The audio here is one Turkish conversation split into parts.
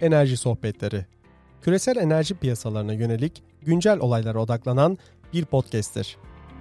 Enerji Sohbetleri. Küresel enerji piyasalarına yönelik güncel olaylara odaklanan bir podcast'tir.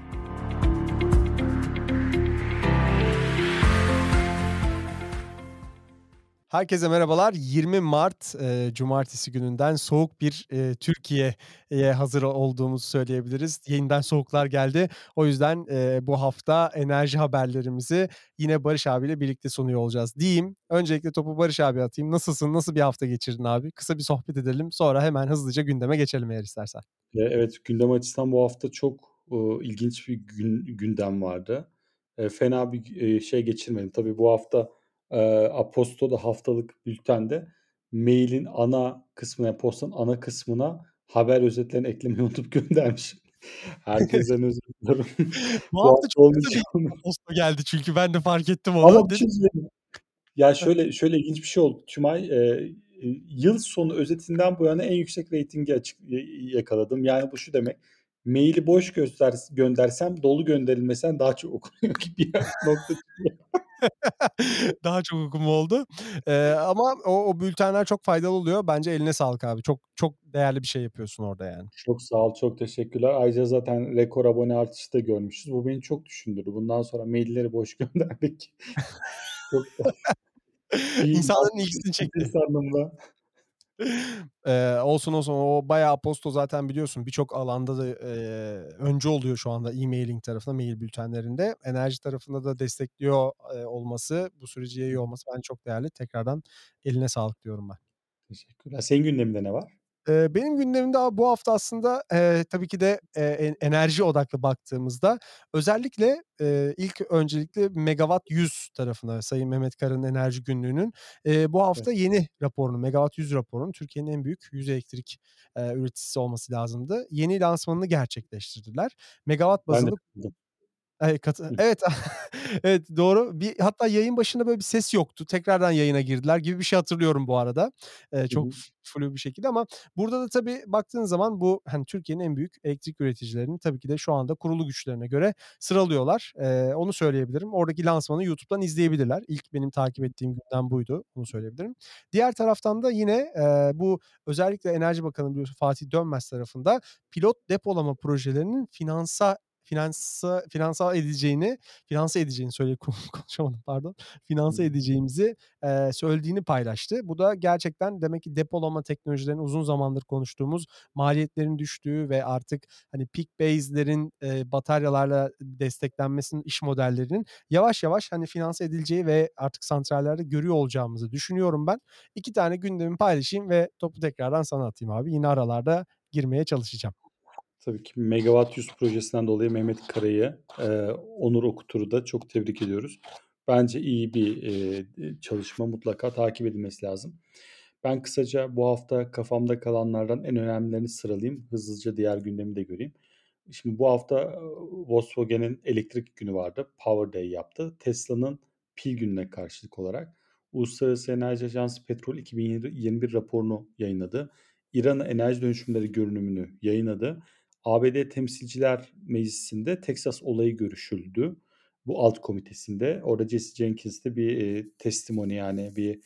Herkese merhabalar. 20 Mart Cumartesi gününden soğuk bir Türkiye'ye hazır olduğumuzu söyleyebiliriz. Yeniden soğuklar geldi. O yüzden bu hafta enerji haberlerimizi yine Barış abiyle birlikte sunuyor olacağız diyeyim. Öncelikle topu Barış abi atayım. Nasılsın? Nasıl bir hafta geçirdin abi? Kısa bir sohbet edelim. Sonra hemen hızlıca gündeme geçelim eğer istersen. Evet, gündem açısından bu hafta çok ilginç bir gündem vardı. Fena bir şey geçirmedim. Tabii bu hafta Aposto'da haftalık bültende mailin ana kısmına, yani postanın ana kısmına haber özetlerini eklemeyi unutup göndermişim. Herkesten özür diliyorum. Bu Bu hafta hafta çok kısa bir olmayacağını. posta geldi çünkü ben de fark ettim onu. Ama bir Dedim şey söyleyeyim. Ya şöyle ilginç bir şey oldu. Tümay yıl sonu özetinden bu yana en yüksek reytingi yakaladım. Yani bu şu demek. Maili boş göndersem dolu gönderilmesen daha çok okunuyor gibi bir nokta çıkıyor. daha çok okuma oldu. Ama o bültenler çok faydalı oluyor. Bence eline sağlık abi. Çok çok değerli bir şey yapıyorsun orada yani. Çok sağ ol, çok teşekkürler. Ayrıca zaten rekor abone artışı da görmüşüz. Bu beni çok düşündürdü. Bundan sonra mailleri boş göndermek çok iyi İnsanların makbul ilgisini çekti. anlamında. Olsun o bayağı Aposto zaten biliyorsun birçok alanda da öncü oluyor şu anda e-mailing tarafında, mail bültenlerinde. Enerji tarafında da destekliyor olması, bu süreci yayıyor olması bence çok değerli. Tekrardan eline sağlık diyorum ben. Teşekkürler. Senin gündeminde ne var? Benim gündemimde bu hafta aslında tabii ki de enerji odaklı baktığımızda özellikle ilk öncelikle Megawatt 100 tarafına Sayın Mehmet Kara'nın enerji günlüğünün bu Evet, hafta yeni raporunu, Megawatt 100 raporunun Türkiye'nin en büyük yüz elektrik üreticisi olması lazımdı. Yeni lansmanını gerçekleştirdiler. Megawatt ben de bazında katıldım. Hı Evet, evet, doğru. Hatta yayın başında böyle bir ses yoktu. Tekrardan yayına girdiler gibi bir şey hatırlıyorum bu arada. Çok hı. flu bir şekilde ama burada da tabii baktığın zaman bu, hani, Türkiye'nin en büyük elektrik üreticilerini tabii ki de şu anda kurulu güçlerine göre sıralıyorlar. Onu söyleyebilirim. Oradaki lansmanı YouTube'dan izleyebilirler. İlk benim takip ettiğim günden buydu. Bunu söyleyebilirim. Diğer taraftan da yine, bu özellikle Enerji Bakanı biliyorsun Fatih Dönmez tarafında pilot depolama projelerinin finanse edeceğini konuşamadım pardon. Hı Finanse hı. edeceğimizi, söylediğini paylaştı. Bu da gerçekten demek ki depolama teknolojilerinin uzun zamandır konuştuğumuz maliyetlerin düştüğü ve artık, hani, peak base'lerin, bataryalarla desteklenmesinin iş modellerinin yavaş yavaş, hani, finanse edileceği ve artık santrallerde görüyor olacağımızı düşünüyorum ben. 2 tane gündemi paylaşayım ve topu tekrardan sana atayım abi. Yine aralarda girmeye çalışacağım. Tabii ki Megawatt 100 projesinden dolayı Mehmet Kara'yı, Onur Okutur'u da çok tebrik ediyoruz. Bence iyi bir, çalışma, mutlaka takip edilmesi lazım. Ben kısaca bu hafta kafamda kalanlardan en önemlilerini sıralayayım. Hızlıca diğer gündemi de göreyim. Şimdi bu hafta, Volkswagen'in elektrik günü vardı. Power Day yaptı. Tesla'nın pil gününe karşılık olarak Uluslararası Enerji Ajansı Petrol 2021 raporunu yayınladı. İran enerji dönüşümleri görünümünü yayınladı. ABD Temsilciler Meclisi'nde Teksas olayı görüşüldü. Bu alt komitesinde. Orada Jesse Jenkins de bir testimony, yani bir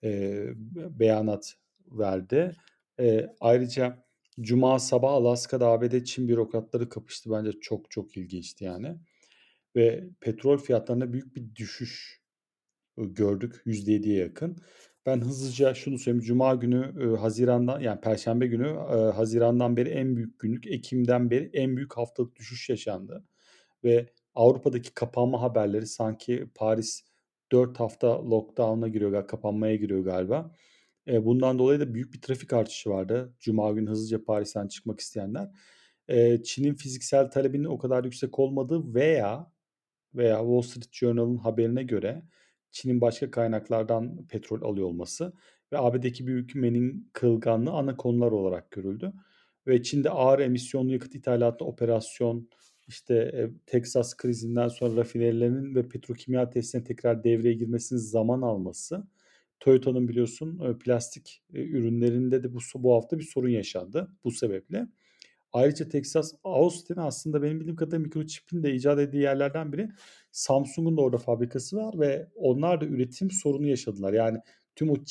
beyanat verdi. Ayrıca Cuma sabah Alaska'da ABD Çin bürokratları kapıştı. Bence çok çok ilginçti yani. Ve petrol fiyatlarında büyük bir düşüş gördük, %7'ye yakın. Ben hızlıca şunu söyleyeyim. Cuma günü hazirandan, yani Perşembe günü hazirandan beri en büyük günlük, Ekim'den beri en büyük haftalık düşüş yaşandı. Ve Avrupa'daki kapanma haberleri, sanki Paris 4 hafta lockdown'a giriyor, kapanmaya giriyor galiba. Bundan dolayı da büyük bir trafik artışı vardı. Cuma günü hızlıca Paris'ten çıkmak isteyenler. Çin'in fiziksel talebinin o kadar yüksek olmadığı veya Wall Street Journal'ın haberine göre Çin'in başka kaynaklardan petrol alıyor olması ve ABD'deki bir hükümetin kırılganlığı ana konular olarak görüldü. Ve Çin'de ağır emisyonlu yakıt ithalatı operasyon, işte Texas krizinden sonra rafinerilerinin ve petrokimya tesislerinin tekrar devreye girmesinin zaman alması. Toyota'nın biliyorsun plastik ürünlerinde de bu hafta bir sorun yaşandı bu sebeple. Ayrıca Texas, Austin aslında benim bildiğim kadarıyla mikroçipin de icat edildiği yerlerden biri. Samsung'un da orada fabrikası var ve onlar da üretim sorunu yaşadılar. Yani tüm o çip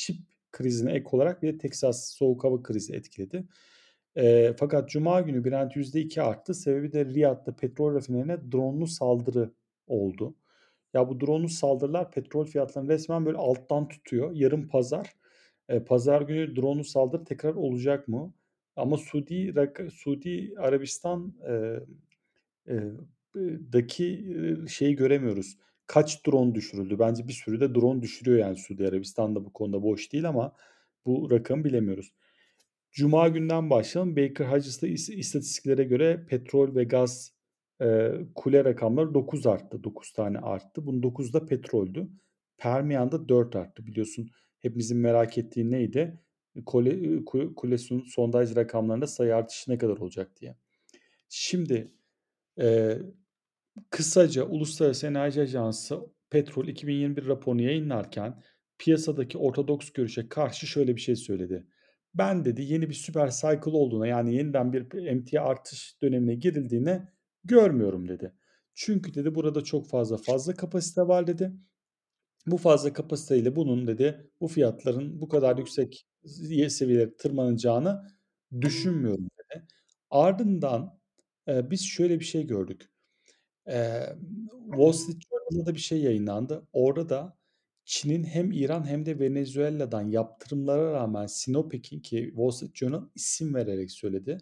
krizine ek olarak bir de Texas soğuk hava krizi etkiledi. Fakat cuma günü Brent %2 arttı. Sebebi de Riyad'da petrol rafinerine dronlu saldırı oldu. Ya bu dronlu saldırılar petrol fiyatlarını resmen böyle alttan tutuyor. Yarın pazar. Pazar günü dronlu saldırı tekrar olacak mı? Ama Suudi Arabistan eee, daki şeyi göremiyoruz. Kaç drone düşürüldü? Bence bir sürü de drone düşürüyor yani Suudi Arabistan da bu konuda boş değil ama bu rakamı bilemiyoruz. Cuma günden başlayalım. Baker Hugges'ta istatistiklere göre petrol ve gaz kule rakamları 9 arttı. 9 tane arttı. Bunun 9'u da petroldü. Permian'da 4 arttı. Biliyorsun hepimizin merak ettiği neydi? Kule sondaj rakamlarında sayı artışı ne kadar olacak diye. Şimdi e, kısaca Uluslararası Enerji Ajansı petrol 2021 raporunu yayınlarken piyasadaki ortodoks görüşe karşı şöyle bir şey söyledi. Ben dedi yeni bir süper cycle olduğuna yani yeniden bir emtia artış dönemine girildiğine görmüyorum dedi. Çünkü dedi burada çok fazla kapasite var dedi. Bu fazla kapasiteyle bunun dedi bu fiyatların bu kadar yüksek seviyelere tırmanacağını düşünmüyorum dedi. Ardından biz şöyle bir şey gördük. Wall Street Journal'da da bir şey yayınlandı. Orada da Çin'in hem İran hem de Venezuela'dan yaptırımlara rağmen Sinopec'in ki Wall Street Journal isim vererek söyledi.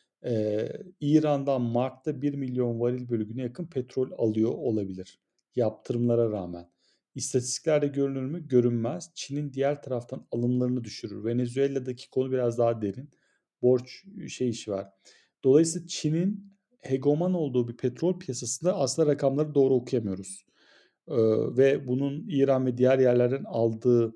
İran'dan Mart'ta 1 milyon varil bölüğüne yakın petrol alıyor olabilir. Yaptırımlara rağmen. İstatistiklerde görünür mü? Görünmez. Çin'in diğer taraftan alımlarını düşürür. Venezuela'daki konu biraz daha derin. Borç işi var. Dolayısıyla Çin'in hegeman olduğu bir petrol piyasasında aslında rakamları doğru okuyamıyoruz. Ve bunun İran ve diğer yerlerden aldığı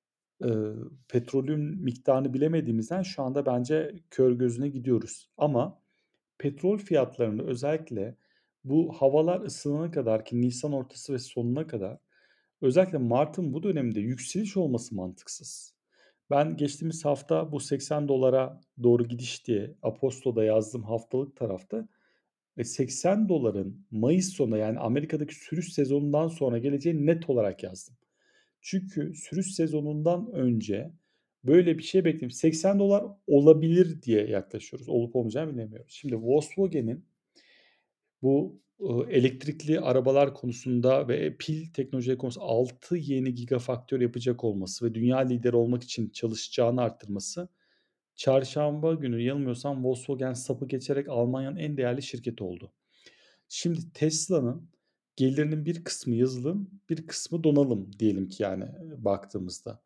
petrolün miktarını bilemediğimizden şu anda bence kör gözüne gidiyoruz. Ama petrol fiyatlarında özellikle bu havalar ısınana kadar ki Nisan ortası ve sonuna kadar özellikle Mart'ın bu döneminde yükseliş olması mantıksız. Ben geçtiğimiz hafta bu 80 dolara doğru gidiş diye Aposto'da yazdığım haftalık tarafta ve 80 doların Mayıs sonunda yani Amerika'daki sürüş sezonundan sonra geleceğini net olarak yazdım. Çünkü sürüş sezonundan önce böyle bir şey bekliyorum. 80 dolar olabilir diye yaklaşıyoruz. Olup olmayacağını bilemiyoruz. Şimdi Volkswagen'in bu elektrikli arabalar konusunda ve pil teknolojileri konusunda 6 yeni gigafaktör yapacak olması ve dünya lideri olmak için çalışacağını arttırması çarşamba günü yanılmıyorsam Volkswagen sapı geçerek Almanya'nın en değerli şirketi oldu. Şimdi Tesla'nın gelirinin bir kısmı yazılım, bir kısmı donanım diyelim ki yani baktığımızda.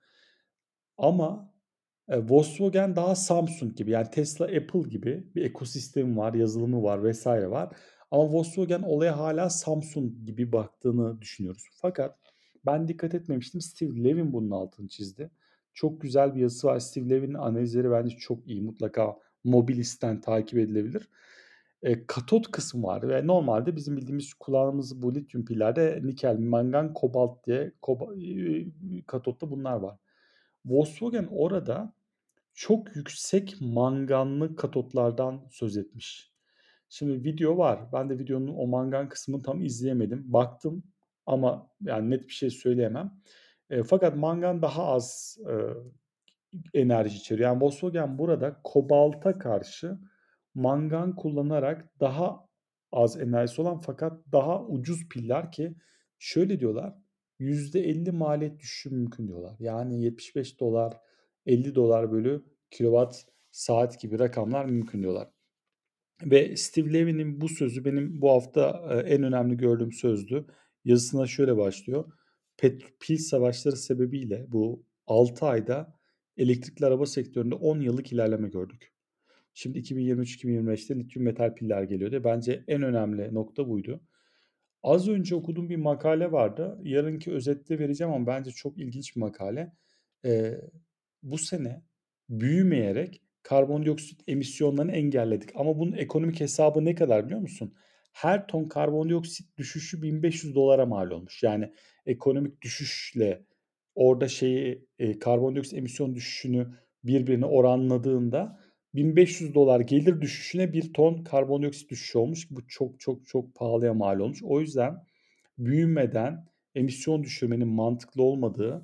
Ama Volkswagen daha Samsung gibi yani Tesla, Apple gibi bir ekosistemi var, yazılımı var vesaire var. Ama Volkswagen olaya hala Samsung gibi baktığını düşünüyoruz. Fakat ben dikkat etmemiştim. Steve Levin bunun altını çizdi. Çok güzel bir yazısı var. Steve Levin'in analizleri bence çok iyi. Mutlaka Mobilis'ten takip edilebilir. Katot kısmı var ve normalde bizim bildiğimiz kullandığımız bu lityum pillerde nikel, mangan, kobalt diye katotta bunlar var. Volkswagen orada çok yüksek manganlı katotlardan söz etmiş. Şimdi video var. Ben de videonun o mangan kısmını tam izleyemedim. Baktım ama yani net bir şey söyleyemem. Fakat mangan daha az enerji içeriyor. Yani Volkswagen burada kobalta karşı mangan kullanarak daha az enerjisi olan fakat daha ucuz piller ki şöyle diyorlar %50 maliyet düşüşü mümkün diyorlar. Yani 75 dolar 50 dolar bölü kilowatt saat gibi rakamlar mümkün diyorlar. Ve Steve Levin'in bu sözü benim bu hafta en önemli gördüğüm sözdü. Yazısına şöyle başlıyor. Pil savaşları sebebiyle bu 6 ayda elektrikli araba sektöründe 10 yıllık ilerleme gördük. Şimdi 2023-2025'te lityum metal piller geliyordu. Bence en önemli nokta buydu. Az önce okuduğum bir makale vardı. Yarınki özette vereceğim ama bence çok ilginç bir makale. Eee, Bu sene büyümeyerek karbondioksit emisyonlarını engelledik. Ama bunun ekonomik hesabı ne kadar biliyor musun? Her ton karbondioksit düşüşü $1.500'a mal olmuş. Yani ekonomik düşüşle orada karbondioksit emisyon düşüşünü birbirine oranladığında $1.500 gelir düşüşüne bir ton karbondioksit düşüşü olmuş. Bu çok çok çok pahalıya mal olmuş. O yüzden büyümeden emisyon düşürmenin mantıklı olmadığı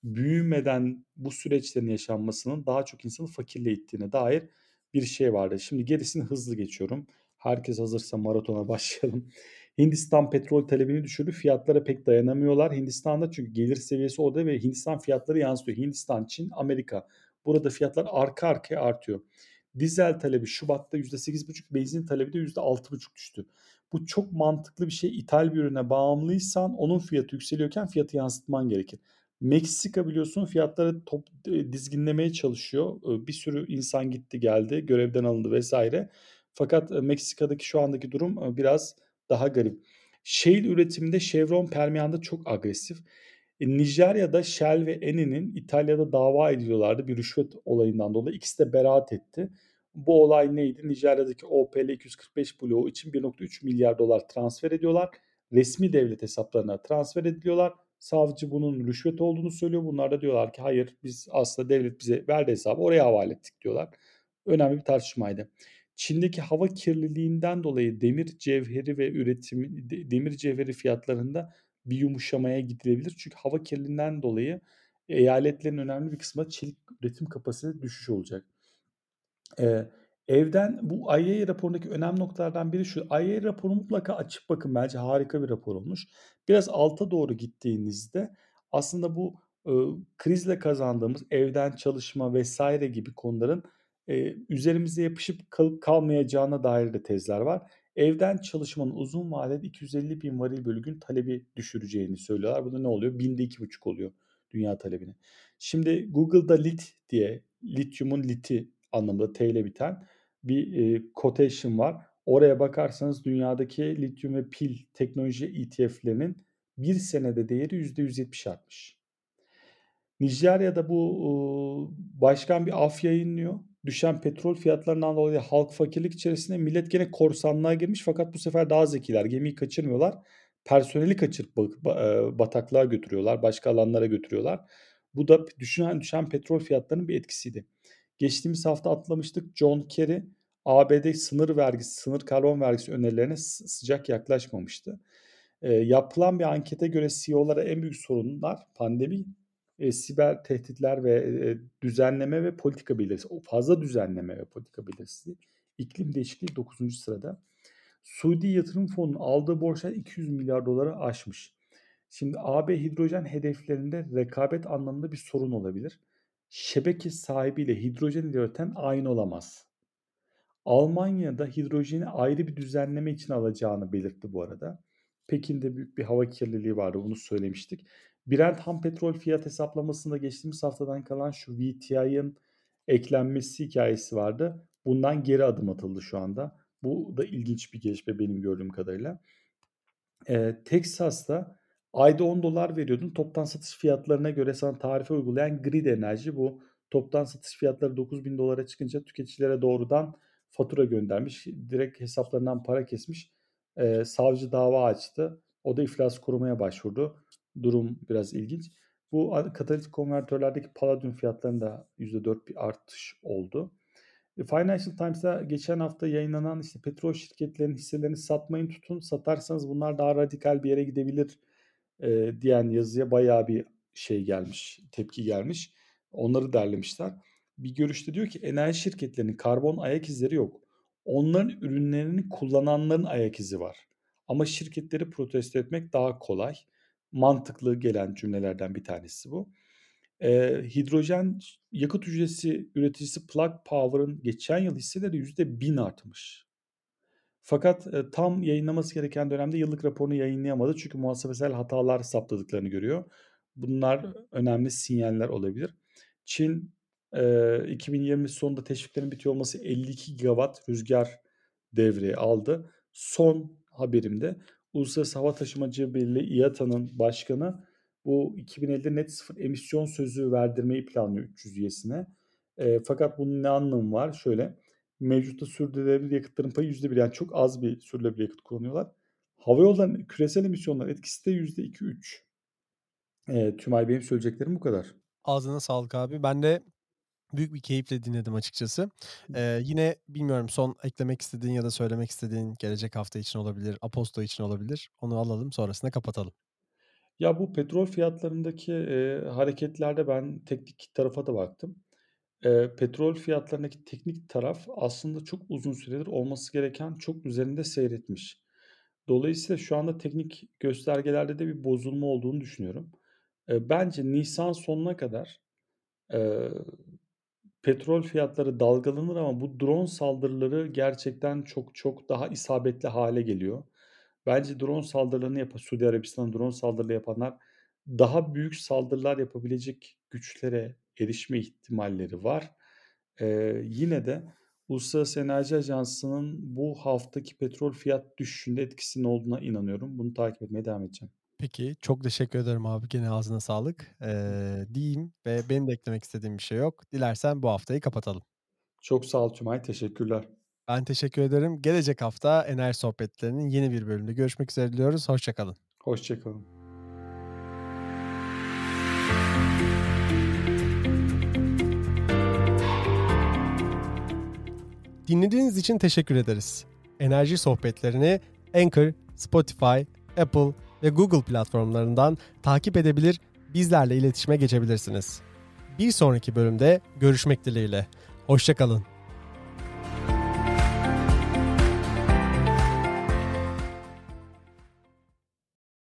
büyümeden bu süreçlerin yaşanmasının daha çok insanı fakirliğe ittiğine dair bir şey vardı. Şimdi gerisini hızlı geçiyorum. Herkes hazırsa maratona başlayalım. Hindistan petrol talebini düşürdü. Fiyatlara pek dayanamıyorlar. Hindistan'da çünkü gelir seviyesi orada ve Hindistan fiyatları yansıyor. Hindistan, Çin, Amerika. Burada fiyatlar arka arkaya artıyor. Dizel talebi Şubat'ta %8,5, benzin talebi de %6,5 düştü. Bu çok mantıklı bir şey. İthal bir ürüne bağımlıysan onun fiyatı yükseliyorken fiyatı yansıtman gerekir. Meksika biliyorsun fiyatları dizginlemeye çalışıyor. Bir sürü insan gitti geldi, görevden alındı vesaire. Fakat Meksika'daki şu andaki durum biraz daha garip. Shale üretiminde Chevron Permian'da çok agresif. Nijerya'da Shell ve Eni'nin İtalya'da dava ediliyorlardı bir rüşvet olayından dolayı. İkisi de beraat etti. Bu olay neydi? Nijerya'daki OPL 245 bloğu için 1,3 milyar dolar transfer ediyorlar. Resmi devlet hesaplarına transfer ediliyorlar. Savcı bunun rüşvet olduğunu söylüyor. Bunlar da diyorlar ki hayır biz aslında devlet bize verdi hesabı oraya havale ettik diyorlar. Önemli bir tartışmaydı. Çin'deki hava kirliliğinden dolayı demir cevheri ve üretimi demir cevheri fiyatlarında bir yumuşamaya gidilebilir. Çünkü hava kirliliğinden dolayı eyaletlerin önemli bir kısmında çelik üretim kapasitesi düşüş olacak. Eee, evden bu IEA raporundaki önemli noktalardan biri şu. IEA raporunu mutlaka açıp bakın. Bence harika bir rapor olmuş. Biraz alta doğru gittiğinizde aslında bu, krizle kazandığımız evden çalışma vesaire gibi konuların, üzerimize yapışıp kalıp kalmayacağına dair de tezler var. Evden çalışmanın uzun vadede 250.000 varil bölü gün talebi düşüreceğini söylüyorlar. Bu da ne oluyor? Binde 2,5 oluyor dünya talebini. Şimdi Google'da lit diye lityumun liti anlamında T ile biten bir quotation var. Oraya bakarsanız dünyadaki lityum ve pil teknoloji ETF'lerinin bir senede değeri %170 artmış. Nijerya'da bu başkan bir af yayınlıyor. Düşen petrol fiyatlarından dolayı halk fakirlik içerisinde millet gene korsanlığa girmiş fakat bu sefer daha zekiler. Gemiyi kaçırmıyorlar. Personeli kaçırıp bataklığa götürüyorlar. Başka alanlara götürüyorlar. Bu da düşen petrol fiyatlarının bir etkisiydi. Geçtiğimiz hafta atlamıştık. John Kerry ABD sınır vergisi, sınır karbon vergisi önerilerine sıcak yaklaşmamıştı. Yapılan bir ankete göre CEO'lara en büyük sorunlar pandemi, siber tehditler ve düzenleme ve politika belirsi. O fazla düzenleme ve politika belirsi. İklim değişikliği 9. sırada. Suudi yatırım fonunun aldığı borçlar 200 milyar doları aşmış. Şimdi AB hidrojen hedeflerinde rekabet anlamında bir sorun olabilir. Şebeke sahibiyle hidrojen üreten aynı olamaz. Almanya'da hidrojeni ayrı bir düzenleme için alacağını belirtti bu arada. Pekin'de büyük bir hava kirliliği vardı, bunu söylemiştik. Brent ham petrol fiyat hesaplamasında geçtiğimiz haftadan kalan şu VTI'ın eklenmesi hikayesi vardı. Bundan geri adım atıldı şu anda. Bu da ilginç bir gelişme benim gördüğüm kadarıyla. Texas'ta ayda $10 veriyordun. Toptan satış fiyatlarına göre sana tarife uygulayan Grid Enerji bu toptan satış fiyatları $9.000'a çıkınca tüketicilere doğrudan fatura göndermiş. Direkt hesaplarından para kesmiş. Savcı dava açtı. O da iflas korumaya başvurdu. Durum biraz ilginç. Bu katalitik konvertörlerdeki palladium fiyatlarında %4 bir artış oldu. Financial Times'ta geçen hafta yayınlanan işte petrol şirketlerinin hisselerini satmayın tutun, satarsanız bunlar daha radikal bir yere gidebilir diyen yazıya bayağı bir şey gelmiş, tepki gelmiş. Onları derlemişler. Bir görüşte diyor ki enerji şirketlerinin karbon ayak izleri yok. Onların ürünlerini kullananların ayak izi var. Ama şirketleri protesto etmek daha kolay. Mantıklı gelen cümlelerden bir tanesi bu. Hidrojen yakıt hücresi üreticisi Plug Power'ın geçen yıl hisseleri %1000 artmış. Fakat tam yayınlaması gereken dönemde yıllık raporunu yayınlayamadı. Çünkü muhasebesel hatalar saptadıklarını görüyor. Bunlar önemli sinyaller olabilir. Çin 2020 sonunda teşviklerin bitiyor olması 52 gigawatt rüzgar devreye aldı. Son haberimde Uluslararası Hava Taşımacı Birliği IATA'nın başkanı bu 2050'de net sıfır emisyon sözü verdirmeyi planlıyor 300 üyesine. Fakat bunun ne anlamı var? Şöyle, mevcutta sürdürülebilir yakıtların payı %1, yani çok az bir sürdürülebilir yakıt kullanıyorlar. Havayollarının küresel emisyonlar etkisi de %2-3. Tümay benim söyleyeceklerim bu kadar. Ağzına sağlık abi. Ben de büyük bir keyifle dinledim açıkçası. Yine bilmiyorum son eklemek istediğin ya da söylemek istediğin gelecek hafta için olabilir, Aposto için olabilir. Onu alalım, sonrasında kapatalım. Ya, bu petrol fiyatlarındaki, hareketlerde ben teknik tarafa da baktım. Petrol fiyatlarındaki teknik taraf aslında çok uzun süredir olması gereken çok üzerinde seyretmiş. Dolayısıyla şu anda teknik göstergelerde de bir bozulma olduğunu düşünüyorum. Bence nisan sonuna kadar, eee, petrol fiyatları dalgalanır ama bu drone saldırıları gerçekten çok çok daha isabetli hâle geliyor. Bence drone saldırılarını Suudi Arabistan'a drone saldırıları yapanlar daha büyük saldırılar yapabilecek güçlere erişme ihtimalleri var. Yine de Uluslararası Enerji Ajansı'nın bu haftaki petrol fiyat düşüşünde etkisinin olduğuna inanıyorum. Bunu takip etmeye devam edeceğim. Peki, çok teşekkür ederim abi. Gene ağzına sağlık, diyeyim ve benim de eklemek istediğim bir şey yok. Dilersen bu haftayı kapatalım. Çok sağ ol Tümay, teşekkürler. Ben teşekkür ederim. Gelecek hafta enerji sohbetlerinin yeni bir bölümünde görüşmek üzere diliyoruz. Hoşça kalın. Hoşça kalın. Dinlediğiniz için teşekkür ederiz. Enerji sohbetlerini Anchor, Spotify, Apple ve Google platformlarından takip edebilir, bizlerle iletişime geçebilirsiniz. Bir sonraki bölümde görüşmek dileğiyle. Hoşça kalın.